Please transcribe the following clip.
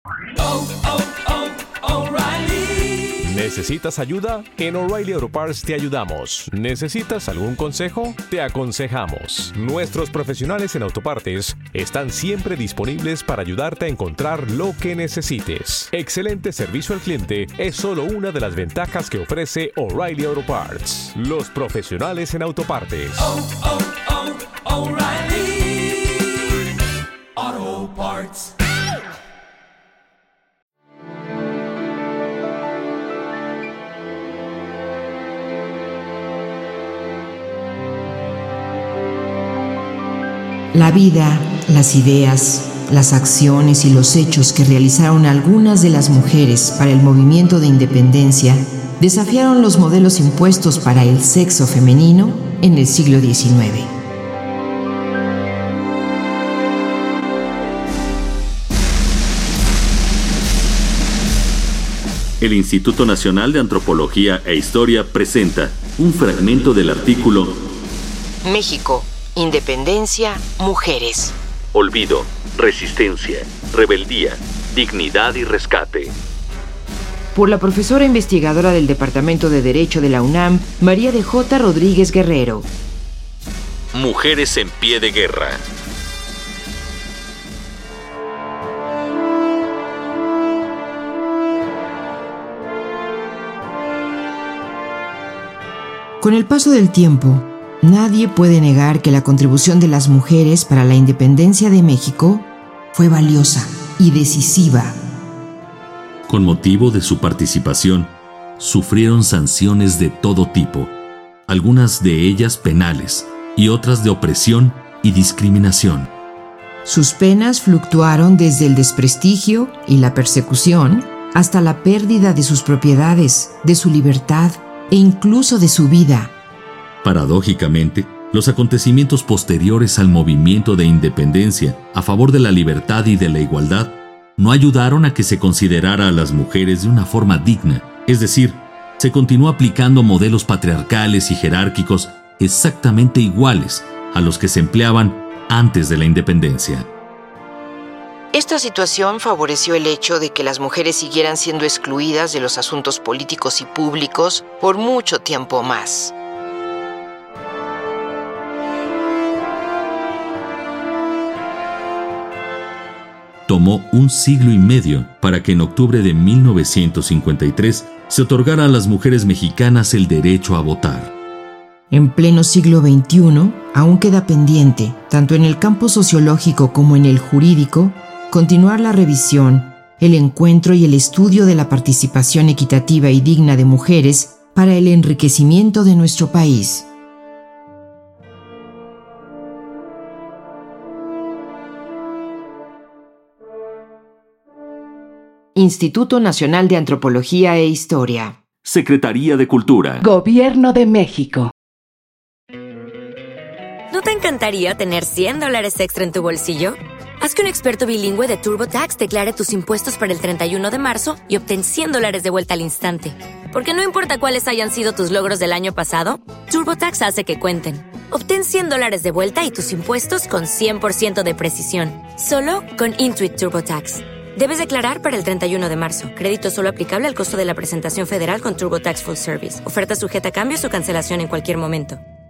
O'Reilly. ¿Necesitas ayuda? En O'Reilly Auto Parts te ayudamos. ¿Necesitas algún consejo? Te aconsejamos. Nuestros profesionales en autopartes están siempre disponibles para ayudarte a encontrar lo que necesites. Excelente servicio al cliente es solo una de las ventajas que ofrece O'Reilly Auto Parts. Los profesionales en autopartes. O'Reilly Auto Parts. La vida, las ideas, las acciones y los hechos que realizaron algunas de las mujeres para el movimiento de independencia desafiaron los modelos impuestos para el sexo femenino en el siglo XIX. El Instituto Nacional de Antropología e Historia presenta un fragmento del artículo México, independencia, mujeres. Olvido, resistencia, rebeldía, dignidad y rescate. Por la profesora investigadora del Departamento de Derecho de la UNAM, María de J. Rodríguez Guerrero. Mujeres en pie de guerra. Con el paso del tiempo, nadie puede negar que la contribución de las mujeres para la independencia de México fue valiosa y decisiva. Con motivo de su participación, sufrieron sanciones de todo tipo, algunas de ellas penales y otras de opresión y discriminación. Sus penas fluctuaron desde el desprestigio y la persecución hasta la pérdida de sus propiedades, de su libertad e incluso de su vida. Paradójicamente, los acontecimientos posteriores al movimiento de independencia a favor de la libertad y de la igualdad no ayudaron a que se considerara a las mujeres de una forma digna, es decir, se continuó aplicando modelos patriarcales y jerárquicos exactamente iguales a los que se empleaban antes de la independencia. Esta situación favoreció el hecho de que las mujeres siguieran siendo excluidas de los asuntos políticos y públicos por mucho tiempo más. Tomó un siglo y medio para que en octubre de 1953 se otorgara a las mujeres mexicanas el derecho a votar. En pleno siglo XXI, aún queda pendiente, tanto en el campo sociológico como en el jurídico, continuar la revisión, el encuentro y el estudio de la participación equitativa y digna de mujeres para el enriquecimiento de nuestro país. Instituto Nacional de Antropología e Historia. Secretaría de Cultura. Gobierno de México. ¿No te encantaría tener $100 extra en tu bolsillo? Haz que un experto bilingüe de TurboTax declare tus impuestos para el 31 de marzo y obtén $100 de vuelta al instante. Porque no importa cuáles hayan sido tus logros del año pasado, TurboTax hace que cuenten. Obtén $100 de vuelta y tus impuestos con 100% de precisión. Solo con Intuit TurboTax. Debes declarar para el 31 de marzo. Crédito solo aplicable al costo de la presentación federal con TurboTax Full Service. Oferta sujeta a cambios o cancelación en cualquier momento.